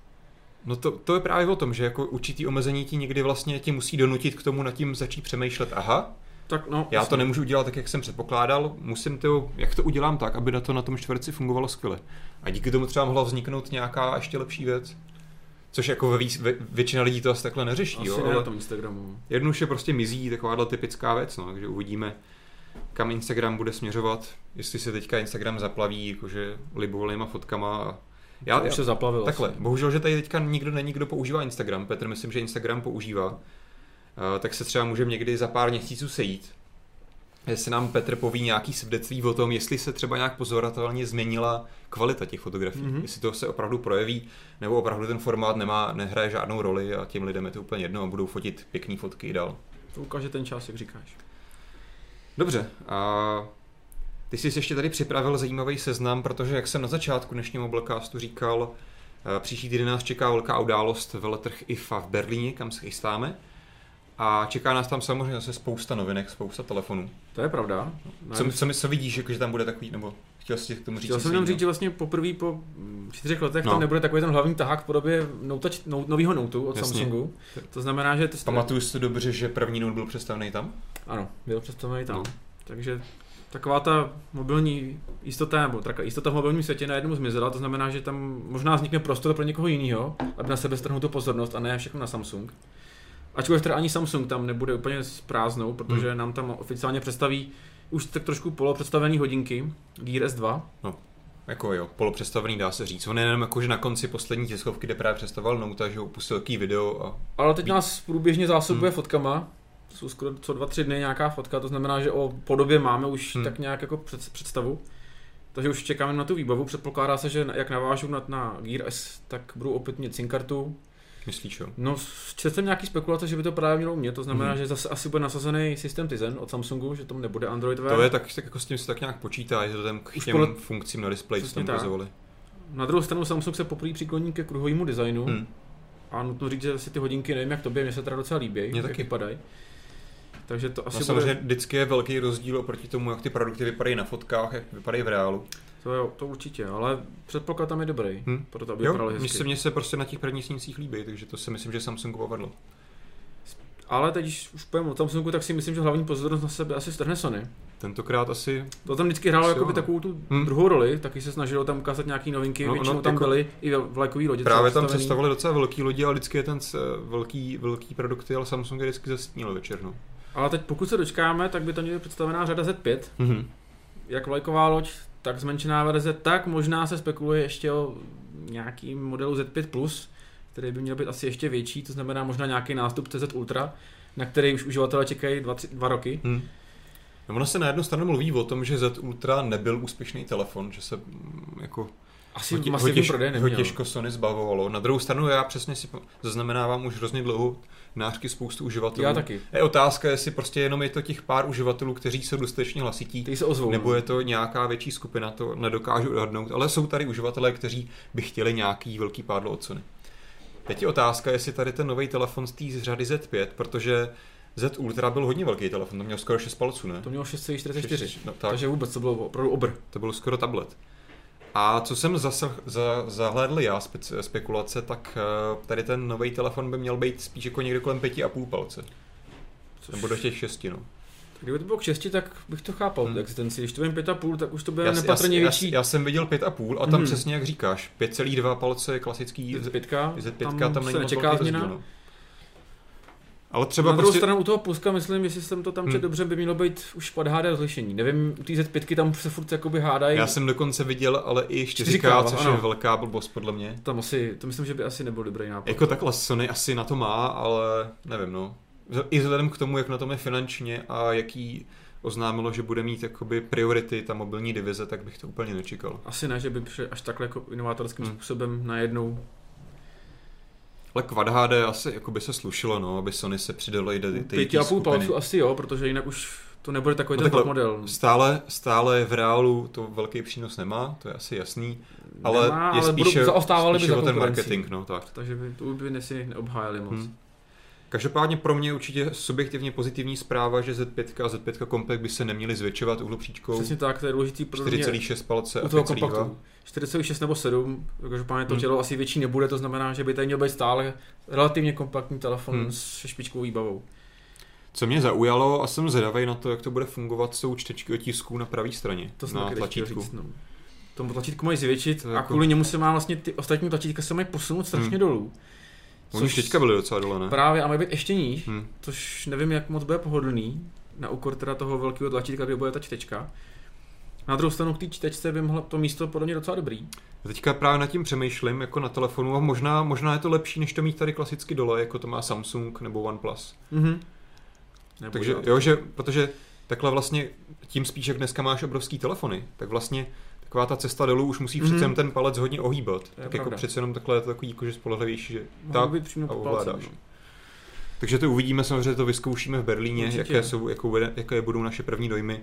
No to je právě o tom, že jako určitý omezení ti někdy vlastně tě musí donutit k tomu nad tím začít přemýšlet. Aha, tak no, já to nemůžu udělat tak, jak jsem předpokládal, jak to udělám tak, aby to na tom čtverci fungovalo skvěle. A díky tomu třeba mohla vzniknout nějaká ještě lepší věc. Což jako většina lidí to asi takhle neřeší. Asi jo, ne ale na tom Instagramu. Jednoduše prostě mizí takováhle typická věc, no, takže uvidíme, kam Instagram bude směřovat, jestli se teďka Instagram zaplaví jakože libovolnýma fotkama. Už se zaplavil. Takhle, asi. bohužel, že tady teďka nikdo není, kdo používá Instagram. Petr, myslím, že Instagram používá. Tak se třeba můžeme někdy za pár měsíců sejít. Jestli nám Petr poví nějaký svědectví o tom, jestli se třeba nějak pozorovatelně změnila kvalita těch fotografií. Jestli to se opravdu projeví, nebo opravdu ten formát nehraje žádnou roli a těm lidem je to úplně jedno a budou fotit pěkný fotky i dál. To ukáže ten čas, jak říkáš. Dobře, a ty jsi ještě tady připravil zajímavý seznam, protože jak jsem na začátku dnešního Mobilecastu říkal, příští týden nás čeká velká událost, veletrh IFA v Berlíně, kam se chystáme. A čeká nás tam samozřejmě zase spousta novinek, spousta telefonů. To je pravda. Co vidíš, že tam bude takový, nebo chtěl jsi k tomu říct? Chtěl jsem jenom říct, že vlastně poprvé po 4 letech tam nebude takový ten hlavní tahák v podobě nového Noteu od Samsungu. To znamená, že... Pamatuju si dobře, že první Note byl představený tam? Ano, byl představený tam. No. Takže taková ta mobilní jistota, nebo jistota v mobilním světě najednou zmizela, to znamená, že tam možná vznikne prostor pro někoho jiného, aby na sebe strhnul tu pozornost a ne všechno na Samsung. Ačkoliv teda ani Samsung tam nebude úplně s prázdnou, protože nám tam oficiálně představí už tak trošku polopředstavený hodinky Gear S2. No, jako jo, polopředstavený dá se říct. On je jenom jako, že na konci poslední tiskovky, kde právě představoval Note, že upustil taký video a... Ale teď nás průběžně zásobuje fotkama. Jsou skoro co 2-3 dny nějaká fotka, to znamená, že o podobě máme už tak nějak jako představu. Takže už čekáme na tu výbavu. Předpokládá se, že jak navážu na Gear S, tak budou opět mít SIM kartu. Myslíš jo? No, četl jsem nějaký spekulace, že by to právě mělo umět, to znamená, že zase asi bude nasazený systém Tizen od Samsungu, že tam nebude Android Wear. To je tak jako s tím se tak nějak počítá, že to tam k těm funkcím na displeji tam ukazovali. Na druhou stranu Samsung se poprvé přikloní ke kruhovému designu a nutno říct, že si ty hodinky, nevím jak tobě, mně se teda docela líbí, jak vypadají. Takže to asi samozřejmě vždycky je velký rozdíl oproti tomu, jak ty produkty vypadají na fotkách, jak vypadají v reálu. To určitě, ale předpoklad tam je dobrý, proto aby vypadaly hezky. Mně se prostě na těch prvních snímcích líbí, takže to si myslím, že Samsungu povedlo. Ale teď, když už pojím o Samsungu, tak si myslím, že hlavní pozornost na sebe asi strhne Sony. Tentokrát asi... To tam vždycky hrálo jakoby takovou tu druhou roli, taky se snažilo tam ukázat nějaký novinky, většinou tam jako byly i vlajkový lodě. Právě tam představili docela velký lodi, ale vždycky je ten velký produkty, ale Samsung je vždycky zastínil večer. No. Ale teď pokud se dočkáme, tak by tam měla představená řada Z5. Jak vlajková loď, tak zmenšená verze, tak možná se spekuluje ještě o nějakým modelu Z5 Plus, který by měl být asi ještě větší, to znamená možná nějaký nástup CZ Ultra, na který už uživatelé čekají 2 roky. No, ono se na jednu stranu mluví o tom, že Z Ultra nebyl úspěšný telefon, že se jako asi masivní prodej neměl. Ho těžko Sony zbavovalo. Na druhou stranu já přesně si zaznamenávám už hrozně dlouho nářky spoustu uživatelů. Já taky. Je otázka, jestli prostě jenom je to těch pár uživatelů, kteří jsou dostatečně hlasití, se ozvou, nebo je to nějaká větší skupina, to nedokážu odhadnout, ale jsou tady uživatelé, kteří by chtěli nějaký velký pádlo od Sony. Teď je otázka, jestli tady ten nový telefon z té řady Z5, protože Z Ultra byl hodně velký telefon, to měl skoro 6 palců, ne? To mělo 6,44, no, takže vůbec to bylo opravdu obr. To byl skoro tablet. A co jsem zahlédl já spekulace, tak tady ten nový telefon by měl být spíš jako někde kolem 5,5 palce. Nebo do těch 6, no. Kdyby to bylo k 6, tak bych to chápal, existenci. Když to bude 5,5, tak už to bude nepatrně větší. Já jsem viděl 5,5 a tam přesně jak říkáš, 5,2 palce je klasický Z5, tam není nečeká změna. No. Ale třeba na druhou stranu u toho pluska, myslím, jestli jsem to tam četl dobře, by mělo být už pod HD rozlišení. Nevím, u té Z5 tam se furt jakoby hádají. Já jsem dokonce viděl, ale i 4K, což je velká blbost podle mě. To myslím, že by asi nebyl dobrý nápad. Jako takhle Sony asi na to má, ale nevím, no. I vzhledem k tomu, jak na tom je finančně a jaký oznámilo, že bude mít jakoby priority ta mobilní divize, tak bych to úplně nečekal. Asi ne, že by až takhle jako inovátorským způsobem najednou. Ale Quad HD asi jako by se slušilo, no, aby Sony se přidalo i do té 5,5 palců asi jo, protože jinak už to nebude takový ten top model. Stále v reálu to velký přínos nemá, to je asi jasný, ale je spíše o ten marketing, no, tak. Takže to by si neobhájili moc. Každopádně pro mě určitě subjektivně pozitivní zpráva, že Z5 a Z5 Compact by se neměly zvětšovat uhlopříčkou. Přesně tak, to je důležitý pro mě. 4,6 palce a 5,2. 4,6 nebo 7, každopádně to tělo asi větší nebude, to znamená, že by tady měl být stále relativně kompaktní telefon se špičkovou výbavou. Co mě zaujalo a jsem zvědavý na to, jak to bude fungovat, jsou čtečky otisků na pravé straně, to na tlačítku. Říct, no. Tomu tlačítku mají zvětšit a kvůli němu se má vlastně ty ostatní tlačítka se mají posunout strašně dolů. Oni už teďka byli docela dole, ne? Právě a mají být ještě níž, což nevím, jak moc bude pohodlný, na úkor teda toho velkého tlačítka, kde bude ta čtečka. Na druhou stranu k té čtečce by mohlo to místo podle mě docela dobrý. Já teďka právě nad tím přemýšlím jako na telefonu a možná je to lepší, než to mít tady klasicky dole, jako to má Samsung nebo OnePlus. Takže jo, protože takhle vlastně tím spíš, jak dneska máš obrovský telefony, tak vlastně taková ta cesta dolů už musí přece ten palec hodně ohýbat. Tak pravda. Jako přece jenom takhle je to takový jakože spolehlivější, že tak a ovládáš. Takže to uvidíme, samozřejmě to vyzkoušíme v Berlíně, jaké budou naše první dojmy.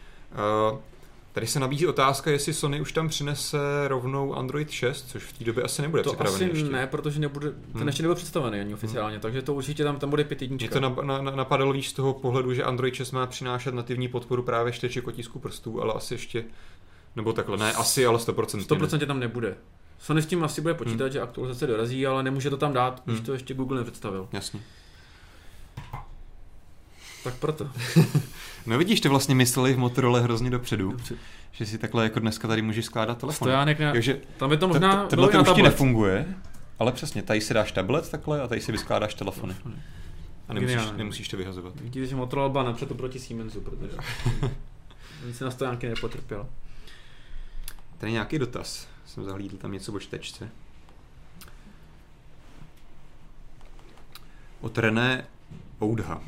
Tady se nabízí otázka, jestli Sony už tam přinese rovnou Android 6, což v té době asi nebude připravený ještě. To asi ne, protože ten ještě nebyl představený ani oficiálně, takže to určitě tam bude 5.1. Mě to napadalo víc z toho pohledu, že Android 6 má přinášet nativní podporu právě čteček otisků prstů, ale asi ještě, nebo takhle, ne asi, ale 100%. 100% tam nebude. Sony s tím asi bude počítat, že aktualizace dorazí, ale nemůže to tam dát, když to ještě Google nepředstavil. Jasně. Tak proto. No vidíš, to vlastně mysleli v Motorola hrozně dopředu, že si takhle jako dneska tady můžeš skládat telefon. Tam je to možná tohle to určitě nefunguje, ale přesně, tady si dáš tablet takhle a tady si vyskládáš telefony. A nemusíš to vyhazovat. Vidíte, že Motorola byla napřed proti Siemensu, protože nic se na stojánky nepotrpělo. Tady nějaký dotaz. Jsem zahlídl tam něco o čtečce. Od René Oudha.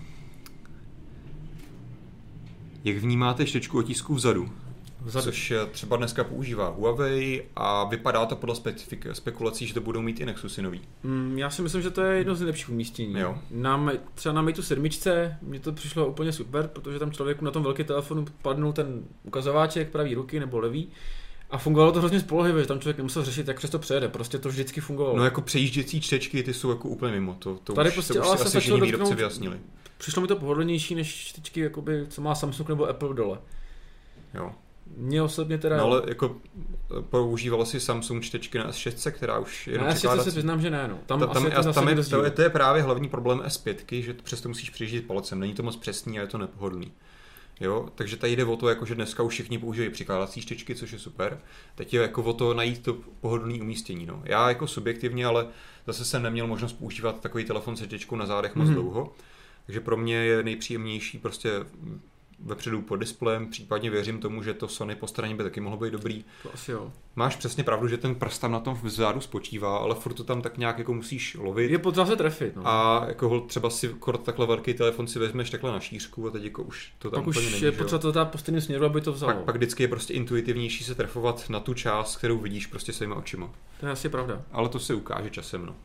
Jak vnímáte čtečku otisků vzadu? Což třeba dneska používá Huawei a vypadá to podle spekulací, že to budou mít i Nexusy nový. Já si myslím, že to je jedno z nejlepších umístění. Třeba na Mateu 7 mně to přišlo úplně super, protože tam člověku na tom velký telefonu padnul ten ukazováček pravý ruky nebo levý a fungovalo to hrozně spolehlivě, že tam člověk nemusel řešit, jak přes to přejede, prostě to vždycky fungovalo. No jako přejížděcí čtečky, ty jsou jako úplně mimo, to tady už prostě asi všichni výrobci vyjasnili. Přišlo mi to pohodlnější než čtečky, jakoby, co má Samsung nebo Apple dole. Jo. Mně osobně teda... No ale jako používalo si Samsung čtečky na S6, která už je na S6 se přiznám, že ne, no. To je právě hlavní problém S5, že přesto musíš přijíždět palcem. Není to moc přesný a je to nepohodlný. Jo, takže tady jde o to, jako, že dneska už všichni používají přikládací čtečky, což je super. Teď je jako o to najít to pohodlné umístění. No. Já jako subjektivně, ale zase jsem neměl možnost používat takový telefon se čtečkou na zádech moc dlouho. Takže pro mě je nejpříjemnější prostě vepředu pod displejem, případně věřím tomu, že to Sony po straně by taky mohlo být dobrý. To asi jo. Máš přesně pravdu, že ten prst tam na tom vzadu spočívá, ale furt to tam tak nějak jako musíš lovit. Je potřeba se trefit. No. A jako třeba si takhle velký telefon si vezmeš takhle na šířku a teď jako už to tam pak úplně už není. Je potřeba to dát po stejném směru, aby to vzalo. Pak vždycky je prostě intuitivnější se trefovat na tu část, kterou vidíš prostě svýma očima. To je asi pravda. Ale to se ukáže časem, no.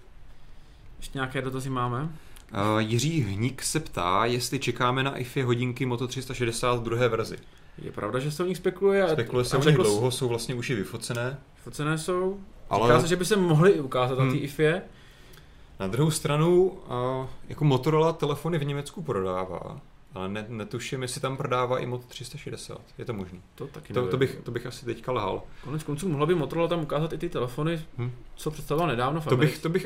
Ještě nějaké dotazy máme? Jiří Hník se ptá, jestli čekáme na iFi hodinky Moto 360 druhé verzi. Je pravda, že se o nich spekuluje. Spekuluje se o nich dlouho, jsou vlastně už i vyfocené. Vyfocené jsou. Ale... Říká se, že by se mohly ukázat na ty iFi. Na druhou stranu, jako Motorola telefony v Německu prodává, ale netuším, jestli tam prodává i Moto 360. Je to možný? To taky to bych asi teďka lhal. Konec konců mohla by Motorola tam ukázat i ty telefony, co představoval nedávno v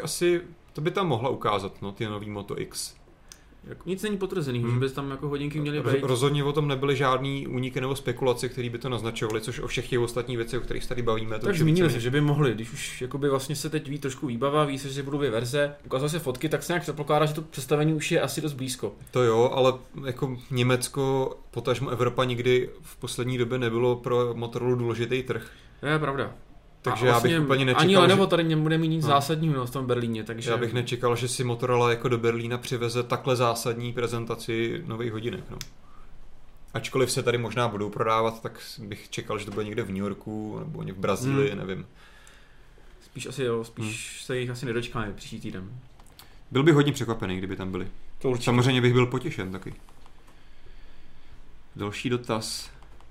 To by tam mohla ukázat, no, ty nový Moto X. Jako nic není potvrzený, že by tam jako hodinky měly být. Rozhodně o tom nebyly žádný úniky nebo spekulace, které by to naznačovaly, což o všech těch ostatních věcech, o kterých se tady bavíme. Tak zmínili se, že by mohli, když už jakoby vlastně se teď ví trošku výbava, ví se, že budou dvě verze, ukázaly se fotky, tak se nějak předpokládá, že to představení už je asi dost blízko. To jo, ale jako Německo, potažmo Evropa nikdy v poslední době nebylo pro Motorola důležitý trh. To je pravda. Takže vlastně já bych úplně nečekal, ani Lenovo tady nebude mít nic zásadního v tom Berlíně, takže... Já bych nečekal, že si Motorola jako do Berlína přiveze takhle zásadní prezentaci nových hodinek, no. Ačkoliv se tady možná budou prodávat, tak bych čekal, že to bude někde v New Yorku nebo v Brazílii, nevím. Spíš asi jo, se jich asi nedočkáme příští týden. Byl bych hodně překvapený, kdyby tam byli. Samozřejmě bych byl potěšen taky. Další dotaz.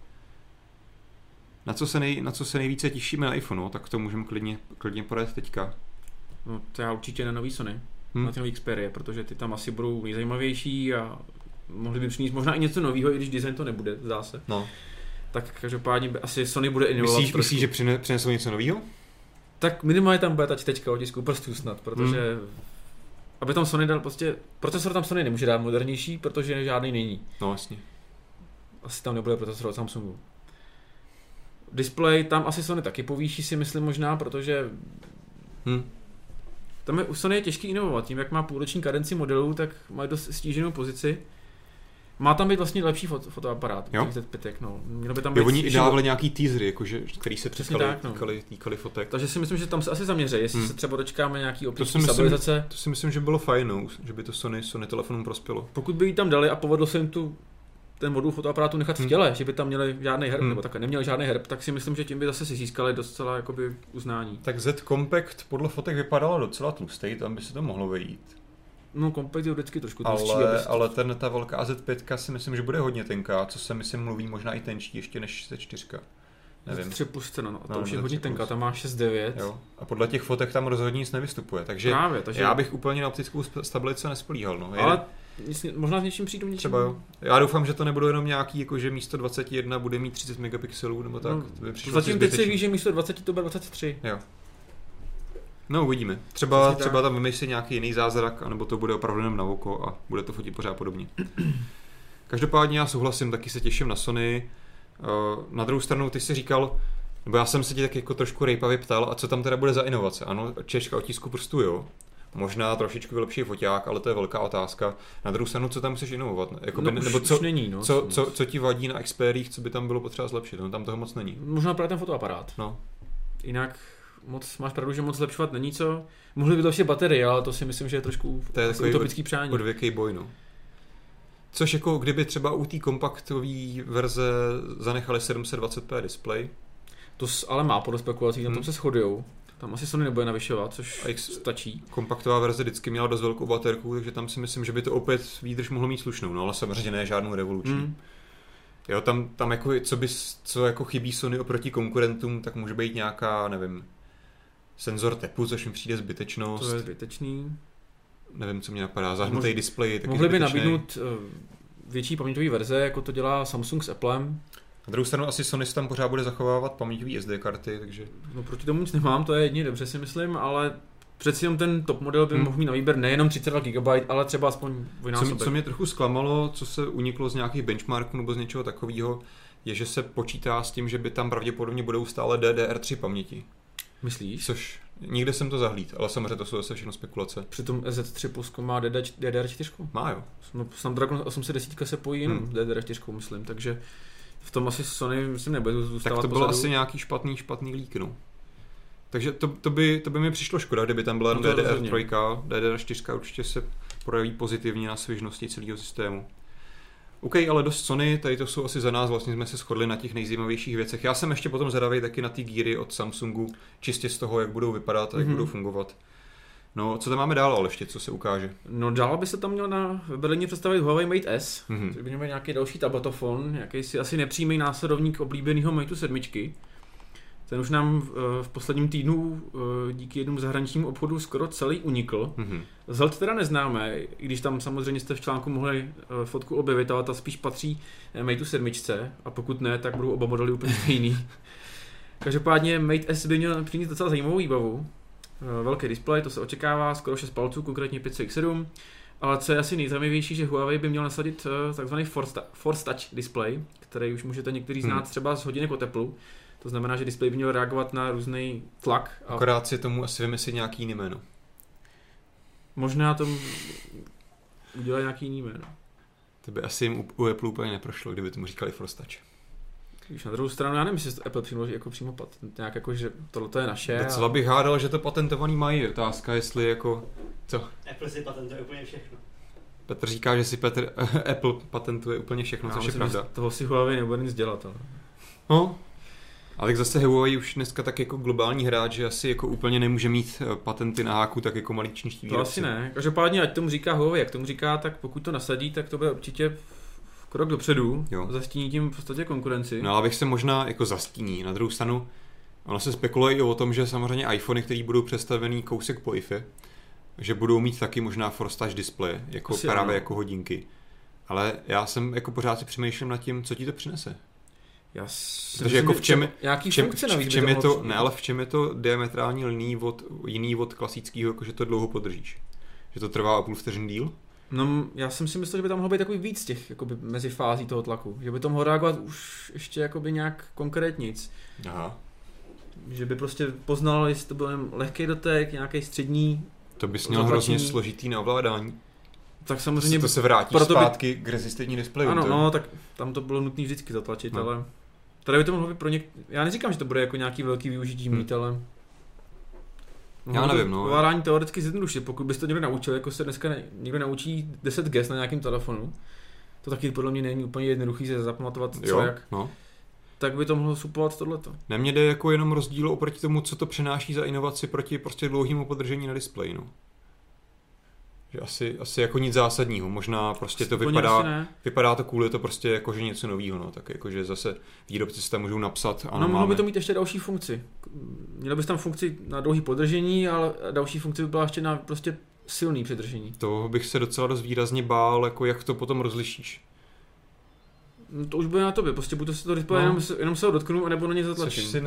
Na co se nejvíce těšíme na iPhoneu, tak to můžeme klidně poradit teďka. No to já určitě na nový Sony, na ty nový Xperia, protože ty tam asi budou nejzajímavější a mohli by přinést možná i něco nového, i když design to nebude, zdá se. No. Tak každopádně asi Sony bude inovovat. Myslíš, že přinesou něco nového? Tak minimálně tam bude ta čtečka otisku prstů snad, protože aby tam Sony dal prostě, procesor tam Sony nemůže dát modernější, protože žádný není. No jasně. Asi tam nebude procesor od Samsungu. Display tam asi Sony taky povýší, si myslím možná, protože tam u Sony je těžký inovovat. Tím, jak má půlroční kadenci modelů, tak má dost stíženou pozici. Má tam být vlastně lepší fotoaparát. Z5, no. Mělo by tam být oni dávali nějaký teasery, jakože, který se týkali fotek. Takže si myslím, že tam se asi zaměří, jestli se třeba dočkáme nějaký optický stabilizace. To si myslím, že bylo fajn, no, že by to Sony telefonům prospělo. Pokud by jí tam dali a povedlo se jim ten modul fotoaparátu nechat v těle, že by tam měli žádný herb, nebo takhle neměli žádný herb, tak si myslím, že tím by zase si získali docela jakoby uznání. Tak Z Compact podle fotek vypadalo docela tlustý, tam by se to mohlo vejít. No Compact je vždycky trošku tlustší. Ale ta velká Z5 si myslím, že bude hodně tenká, co se myslím mluví možná i tenčí ještě než Z4. Nevím. 3+, no, to už je hodně tenká, tam má 6,9. Jo. A podle těch fotek tam rozhodně nic nevystupuje, takže já bych úplně na optickou stabilitu nespolíhal. No. Ale možná s něčím přijdu něčím. Třeba jo. Já doufám, že to nebudou jenom nějaký, jako že místo 21 bude mít 30 megapixelů nebo tak. No, zatím teď se ví, že místo 20 to bude 23. Jo. No uvidíme. Třeba tam vymyslí nějaký jiný zázrak, anebo to bude opravdu jenom na oko a bude to fotit pořád podobně. Každopádně já souhlasím, taky se těším na Sony. Na druhou stranu ty jsi říkal, nebo já jsem se ti tak jako trošku rejpavě ptal, a co tam teda bude za inovace? Ano, češka otisku prstů, jo. Možná trošičku lepší foťák, ale to je velká otázka. Na druhou stranu, co tam musíš inovovat? Nebo co ti vadí na Xperiích, co by tam bylo potřeba zlepšit? No, tam toho moc není. Možná právě ten fotoaparát. No. Jinak máš pravdu, že moc zlepšovat není co. Mohli by to vše baterie, ale to si myslím, že je trošku utopický přání. Odvěký boj, no. Což jako kdyby třeba u té kompaktové verze zanechali 720p display. To ale má podle spekulací, na tom se shodujou. Tam asi Sony nebude navyšovat, což stačí. Kompaktová verze vždycky měla dost velkou baterku, takže tam si myslím, že by to opět výdrž mohlo mít slušnou, no ale samozřejmě ne žádnou revoluční. Jo, tam jako, co jako chybí Sony oproti konkurentům, tak může být nějaká, nevím, senzor tepu, což mi přijde zbytečnost. To je zbytečný. nevím, co mě napadá, zahnutý displej. Mohli by nabídnout větší paměťový verze, jako to dělá Samsung s Applem. Na druhou stranu asi Sony tam pořád bude zachovávat paměťový SD karty, takže... No proti tomu nic nemám, to je jedině dobře si myslím, ale přeci jenom ten top model by mohl mít na výběr nejenom 32 GB, ale třeba aspoň dvojnásobek. Co mě trochu zklamalo, co se uniklo z nějakých benchmarků nebo z něčeho takového, je, že se počítá s tím, že by tam pravděpodobně budou stále DDR3 paměti. Myslíš? Což nikde jsem to zahlíd, ale samozřejmě to jsou zase všechno spekulace. Přitom Z3 Plus má DDR4. Má jo. No, Snapdragon 810 se pojí jenom DDR4, myslím, takže v tom asi Sony myslím nebude zůstávat. Tak to bylo asi nějaký špatný lík, no. Takže to by mi přišlo škoda, kdyby tam byla DDR3, DDR4 určitě se projeví pozitivně na svižnosti celého systému. OK, ale dost Sony, tady to jsou asi za nás, vlastně jsme se shodli na těch nejzajímavějších věcech. Já jsem ještě potom zvědavý taky na ty geary od Samsungu, čistě z toho, jak budou vypadat a jak budou fungovat. No, co tam máme dál, ale ještě, co se ukáže? No, dál by se tam měl na Berlíně představit Huawei Mate S, což by měl nějaký další tabletofon, jakýsi asi nepřímý následovník oblíbeného Mateu 7. Ten už nám v posledním týdnu díky jednomu zahraničnímu obchodu skoro celý unikl. Zhled teda neznáme, i když tam samozřejmě jste v článku mohli fotku objevit, ale ta spíš patří Mateu 7. A pokud ne, tak budou oba modely úplně stejný. Každopádně Mate S by měl přinést docela zajímavou výbavu. Velký displej, to se očekává, skoro 6 palců, konkrétně 5,7. Ale co je asi nejzajímavější, že Huawei by měl nasadit takzvaný Force Touch display, který už můžete některý znát třeba z hodinek o teplu. To znamená, že displej by měl reagovat na různý tlak. Akorát si tomu asi vymyslit nějaký jiný jméno. Možná tomu udělat nějaký jiný jméno. To by asi jim u Apple úplně neprošlo, kdyby tomu říkali Force Touch. Když na druhou stranu, já nevím, jestli to Apple přímo patent, nějak jako, že tohle je naše. Docela bych hádal, že to patentovaný mají. Otázka, jestli jako... Co? Apple si patentuje úplně všechno. Petr říká, že si Apple patentuje úplně všechno, což je pravda. Toho si Huawei nebude nic dělat, ale... No, ale tak zase Huawei už dneska tak jako globální hráč, že asi jako úplně nemůže mít patenty na háku, tak jako malý čínští výrobci. To asi ne. Každopádně, ať tomu říká Huawei, jak tomu říká, tak pokud to nasadí, tak to bude určitě krok dopředu. Zastíní tím v podstatě konkurenci. No, abych se možná jako zastíní. Na druhou stranu, ono se spekuluje i o tom, že samozřejmě iPhony, které budou představený kousek po IFE, že budou mít taky možná Force Touch display, jako asi právě jako hodinky. Ale já jsem jako pořád si přemýšlím nad tím, co ti to přinese. Protože jako v čem je to diametrálně jiný od klasického, jako že to dlouho podržíš? Že to trvá o půl vteřin díl? No, já jsem si myslel, že by tam mohlo být takový víc těch jakoby, mezi fází toho tlaku. Že by to mohlo reagovat už ještě jakoby nějak konkrétnic. Aha. Že by prostě poznal, jestli to byl lehký dotek, nějaký střední. To bys měl hrozně složitý na ovládání. Tak samozřejmě to se vrátí zpátky k rezistentní displeji. Ano, no, tak tam to bylo nutné vždycky zatlačit, ale tady by to mohlo být pro já neříkám, že to bude jako nějaký velký využití mít, ale já nevím, no. Ovládání teoreticky zjednodušit, pokud bys to někdo naučil, jako se dneska někdo naučí 10 gest na nějakém telefonu, to taky podle mě není úplně jednoduchý se zapamatovat, co jak. No. Tak by to mohlo supovat tohleto. Ne, mně jde jako jenom rozdíl oproti tomu, co to přináší za inovaci proti prostě dlouhému podržení na displeji, no. Že asi jako nic zásadního, možná prostě to vypadá to cool, je to prostě jako že něco novýho, no, tak jako že zase výrobci si tam můžou napsat. Ano, mohlo by to mít ještě další funkci. Mělo bys tam funkci na dlouhý podržení, ale další funkce by byla ještě na prostě silný přidržení. To bych se docela dost výrazně bál, jako jak to potom rozlišíš. No, to už bude na tobě, prostě buď to se to display, jenom se ho dotknu, anebo na ně zatlačím.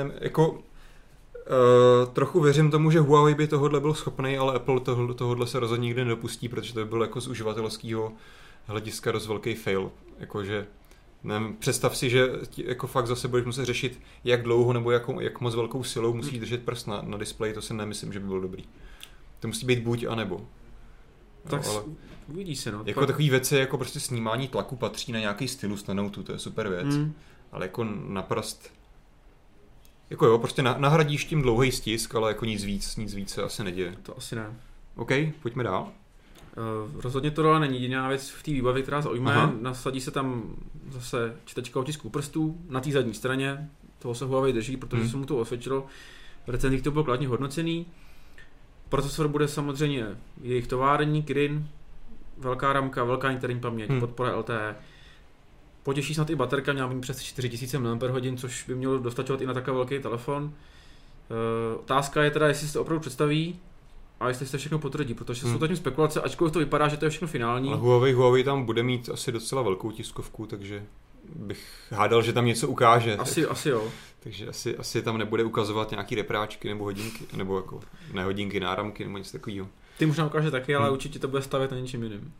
Trochu věřím tomu, že Huawei by tohodle byl schopný, ale Apple tohodle se rozhodně nikdy nedopustí, protože to by byl jako z uživatelského hlediska dost velký fail. Jakože, nevím, představ si, že jako fakt zase budeš muset řešit, jak dlouho nebo jak moc velkou silou musíš držet prst na displeji, to si nemyslím, že by bylo dobrý. To musí být buď a nebo. Tak ale uvidí se, no. Jako takový věci, jako prostě snímání tlaku patří na nějaký stylus na Note, to je super věc. Ale jako naprost jako jo, prostě nahradíš tím dlouhý stisk, ale jako nic víc se asi neděje. To asi ne. OK, pojďme dál. Rozhodně to ale není jediná věc v té výbavě, která zaujme. Nasadí se tam zase čtečka otisků prstů na té zadní straně. Toho se Huawei drží, protože se mu to osvědčilo. V recenzích to bylo kladně hodnocený. Procesor bude samozřejmě jejich tovární, Kirin, velká ramka, velká interní paměť, podpora LTE. Potěší snad i baterka, měla by přes 4000 mAh, což by mělo dostačovat i na takový velký telefon. Otázka je teda, jestli se to opravdu představí, a jestli se všechno potvrdí, protože jsou zatím spekulace, ačkoliv to vypadá, že to je všechno finální. Ale Huawei tam bude mít asi docela velkou tiskovku, takže bych hádal, že tam něco ukáže. Asi jo. Takže asi tam nebude ukazovat nějaký repráčky nebo hodinky, nebo jako ne hodinky, náramky nebo něco takového. Ty možná ukáže taky, ale určitě to bude stavět na něčím jiným.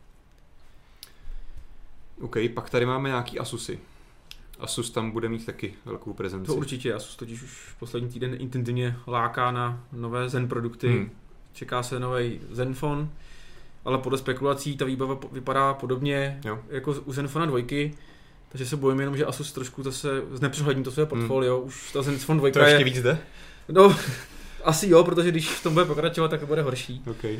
OK, pak tady máme nějaký Asusy. Asus tam bude mít taky velkou prezenci. To určitě, Asus totiž už poslední týden intenzivně láká na nové Zen produkty. Čeká se nový Zenfone, ale podle spekulací ta výbava vypadá podobně jako u Zenfona 2, takže se bojím jenom, že Asus trošku zase znepřehlední to své portfolio. Už ta Zenfone 2 to ještě víc jde? No, asi jo, protože když v tom bude pokračovat, tak to bude horší. Okay.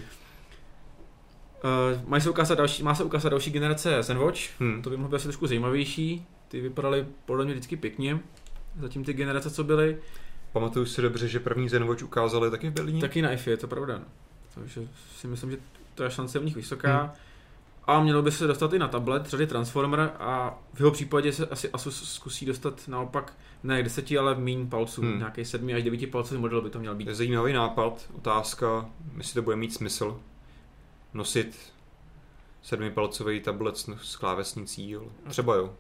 Má se ukázat další generace ZenWatch, to by mohlo být asi trošku zajímavější. Ty vypadaly podle mě vždycky pěkně, zatím ty generace, co byly. Pamatuju si dobře, že první ZenWatch ukázali taky v Berlíně? Taky na IFE, je to pravda. Takže si myslím, že ta šance je v nich vysoká. A mělo by se dostat i na tablet, řady Transformer a v jeho případě se asi Asus zkusí dostat naopak ne 10, ale míň palců, nějaký 7 až 9 palcový model by to měl být. Je zajímavý nápad, otázka, jestli to bude mít smysl nosit 7palcový tablet s klávesnicí, ale třeba jo.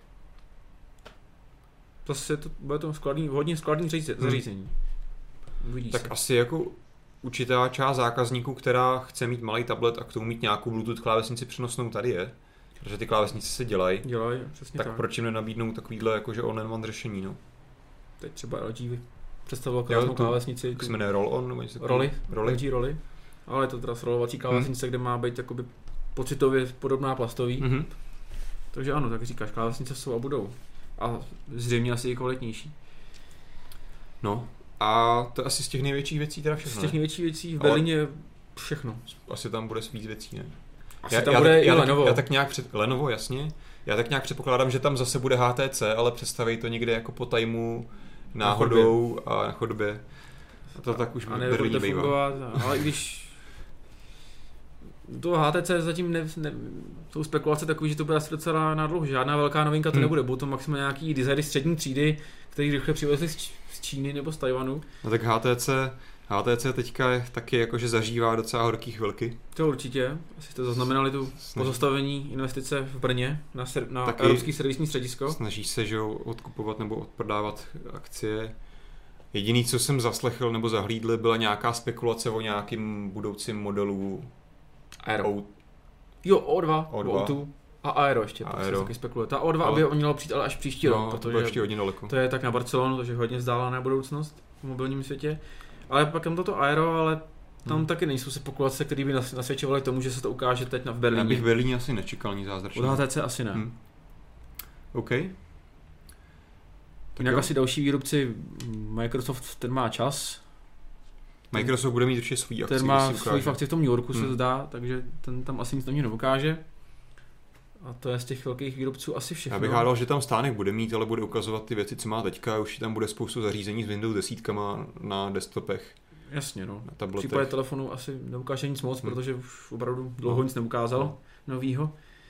Zase bude to hodně skladný zařízení. Tak se. Asi jako určitá část zákazníků, která chce mít malý tablet a k tomu mít nějakou Bluetooth klávesnici přenosnou, tady je. Protože ty klávesnice se dělají. Přesně tak. Proč jim nenabídnou takovýhle jakože all-in-one řešení, no? Teď třeba LG představoval krásnou klávesnici. Jak se jmenuje Roll-On? Nebo LG Rolly. Ale je to teda rolovací klávesnice, kde má být jakoby pocitově podobná plastový. Takže ano, tak říkáš, klávesnice jsou a budou. A zřejmě asi i kvalitnější. No, a to asi z těch největších věcí teda všechno. Z těch největších věcí v Berlíně všechno. Asi tam bude víc věcí, ne? Asi tam bude i Lenovo. Lenovo, jasně. Já tak nějak předpokládám, že tam zase bude HTC, ale představí to někde jako po tajmu, náhodou a na chodbě. A to tak už v Berlíně bývá. Ale i když to HTC zatím jsou spekulace takový, že to bude asi docela nadlouho. Žádná velká novinka to nebude. Budou to maximálně nějaký designy střední třídy, který rychle přivezli z Číny nebo z Tajvanu. No tak HTC teďka taky jakože zažívá docela horký chvilky. To určitě. Asi jste zaznamenali tu pozastavení investice v Brně na Evropský servisní středisko. Snaží se, že odkupovat nebo odprodávat akcie. Jediný, co jsem zaslechl nebo zahlídl, byla nějaká spekulace o nějakým budoucím modelu Aero. O2 a Aero ještě. Aero. Taky spekuluje. Ta O2 aby mělo přijít ale až příští rok, protože ještě hodně daleko. To je tak na Barcelonu, takže hodně vzdálená budoucnost v mobilním světě. Ale pak tam toto Aero, ale tam taky nejsou spekulace, které by nasvědčovaly tomu, že se to ukáže teď v Berlíně. Já bych v Berlíně asi nečekal nic zázračného. Od HTC asi ne. OK. Jinak asi další výrobci, Microsoft, ten má čas. Microsoft bude mít určitě svůj akci. Ten má svůj akci v tom New Yorku, se zdá, takže ten tam asi nic neukáže. A to je z těch velkých výrobců asi všechno. Já bych hádal, že tam stánek bude mít, ale bude ukazovat ty věci, co má teďka. Už tam bude spoustu zařízení s Windows 10 na desktopech. Jasně, no. Na tabletech. V případě telefonu asi neukáže nic moc, protože už opravdu dlouho nic neukázal novýho.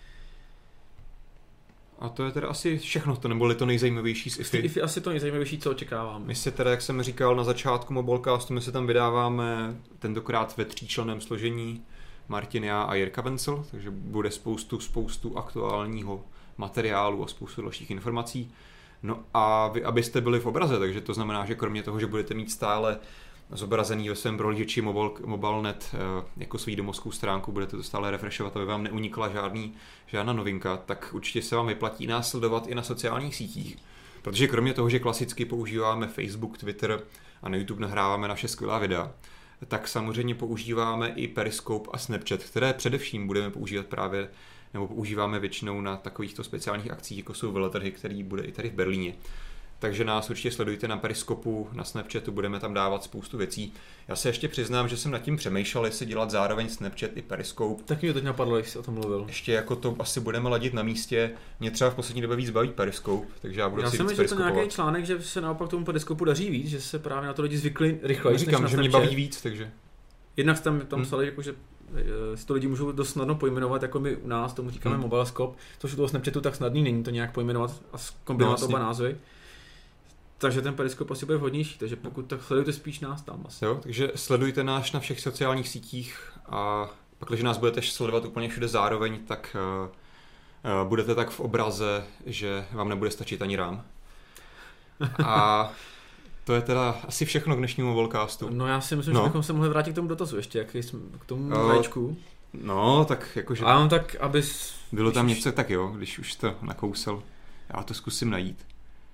A to je teda asi všechno, to neboli to nejzajímavější z IFI. IFI asi to nejzajímavější, co očekáváme. My se teda, jak jsem říkal na začátku Mobilecastu, my se tam vydáváme tentokrát ve 3členném složení. Martin, já a Jirka Vencel, takže bude spoustu aktuálního materiálu a spoustu dalších informací. No a vy, abyste byli v obraze, takže to znamená, že kromě toho, že budete mít stále zobrazený ve svém prohlížeči Mobilenet jako svou domovskou stránku, budete to stále refreshovat, aby vám neunikla žádná novinka, tak určitě se vám vyplatí nás sledovat i na sociálních sítích. Protože kromě toho, že klasicky používáme Facebook, Twitter a na YouTube nahráváme naše skvělá videa, tak samozřejmě používáme i Periscope a Snapchat, které především budeme používat nebo používáme většinou na takovýchto speciálních akcích, jako jsou veletrhy, který bude i tady v Berlíně. Takže nás určitě sledujte na Periscopu, na Snapchatu, budeme tam dávat spoustu věcí. Já se ještě přiznám, že jsem nad tím přemýšlel, jestli dělat zároveň Snapchat i Periscope. Tak mě teď napadlo, jak jsi o tom mluvil. Ještě jako to asi budeme ladit na místě. Mě třeba v poslední době víc baví Periscope, takže já budu si víc periskopovat. Já jsem to nějaký článek, že se naopak tomu Periscopu daří víc, že se právě na to lidi zvykli rychleji. Říkám, že mě baví víc, takže. Jednak tam psali, jako, že si to lidi můžou dost snadno pojmenovat, jako my u nás tomu říkáme Mobilescope, což u toho Snapchatu tak snadný není to nějak pojmenovat a zkombinovat oba názvy. Takže ten periskop asi bude vhodnější, takže pokud tak sledujte spíš nás tam asi. Jo, takže sledujte nás na všech sociálních sítích a pak, když nás budete sledovat úplně všude zároveň, tak budete tak v obraze, že vám nebude stačit ani rám. A to je teda asi všechno k dnešnímu Volcastu. No já si myslím, že bychom se mohli vrátit k tomu dotazu ještě, jaký jsme k tomu Včku. No, tak jakože... A tak, abys... Bylo tam něco, tak jo, když už to nakousel. Já to zkusím najít.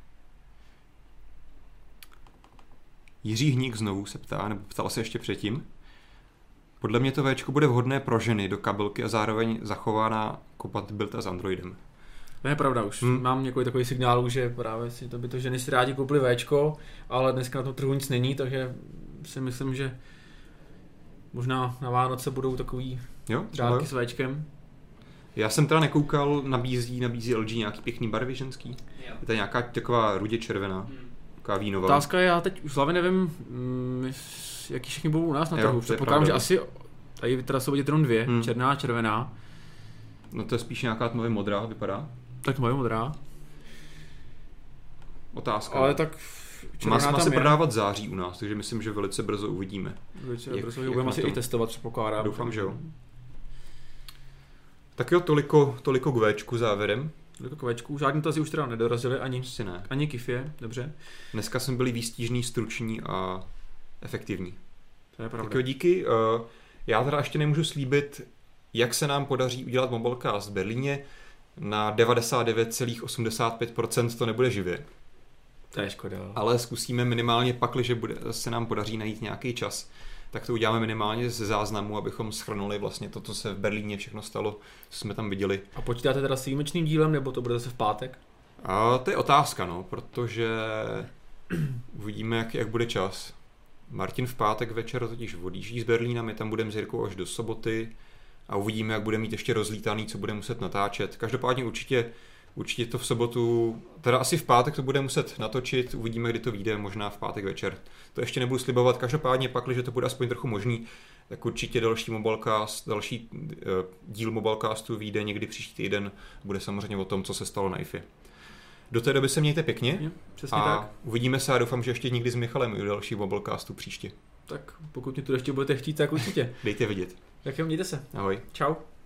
Jiří Hník znovu se ptá, nebo ptal se ještě předtím. Podle mě to Včko bude vhodné pro ženy do kabelky a zároveň zachována kompatibilita s Androidem. To je pravda, už mám několik takových signálů, že právě si to by to ženy si rádi koupili Včko, ale dneska na tom trhu nic není, takže si myslím, že možná na Vánoce budou takový dárky s Včkem. Já jsem teda nekoukal, nabízí LG nějaký pěkný barvy ženský. Je to nějaká taková rudě červená, taková vínová. Otázka je, já teď už hlavně nevím, jaký všechny budou u nás na trhu. Předpokládám, že asi tady teda jsou vidět jenom dvě, černá a červená. No to je spíš nějaká tmavě modrá, vypadá. Tak tmavě modrá. Otázka. Ale tak má se prodávat září u nás, takže myslím, že velice brzo uvidíme. Brzo budeme asi i testovat, předpokládám. Doufám, že jo. Tak jo, toliko k Včku závěrem. Toliko k Včku. Žádný dotazy už teda nedorazili, ani kifě, dobře. Dneska jsme byli výstižní, struční a efektivní. To je pravda. Tak jo, díky. Já teda ještě nemůžu slíbit, jak se nám podaří udělat Mobilecast v Berlíně. Na 99,85% to nebude živě. To je škoda. Ale zkusíme minimálně pakliže se nám podaří najít nějaký čas, tak to uděláme minimálně ze záznamu, abychom shrnuli vlastně to, co se v Berlíně všechno stalo, co jsme tam viděli. A počítáte teda s výjimečným dílem, nebo to bude zase v pátek? A to je otázka, protože uvidíme, jak bude čas. Martin v pátek večer totiž odjíždí z Berlína, my tam budeme s Jirkou až do soboty a uvidíme, jak bude mít ještě rozlítaný, co bude muset natáčet. Každopádně určitě to v sobotu, teda asi v pátek to bude muset natočit, uvidíme, kdy to vyjde, možná v pátek večer. To ještě nebudu slibovat, každopádně pakliže to bude aspoň trochu možný, tak určitě další díl Mobilecastu vyjde někdy příští týden, bude samozřejmě o tom, co se stalo na IFE. Do té doby se mějte pěkně jo, přesně tak. Uvidíme se a doufám, že ještě někdy s Michalem i u dalšího Mobilecastu příště. Tak pokud mě tu ještě budete chtít, tak určitě. Dejte vidět. Tak jo, mějte se. Ahoj. Čau.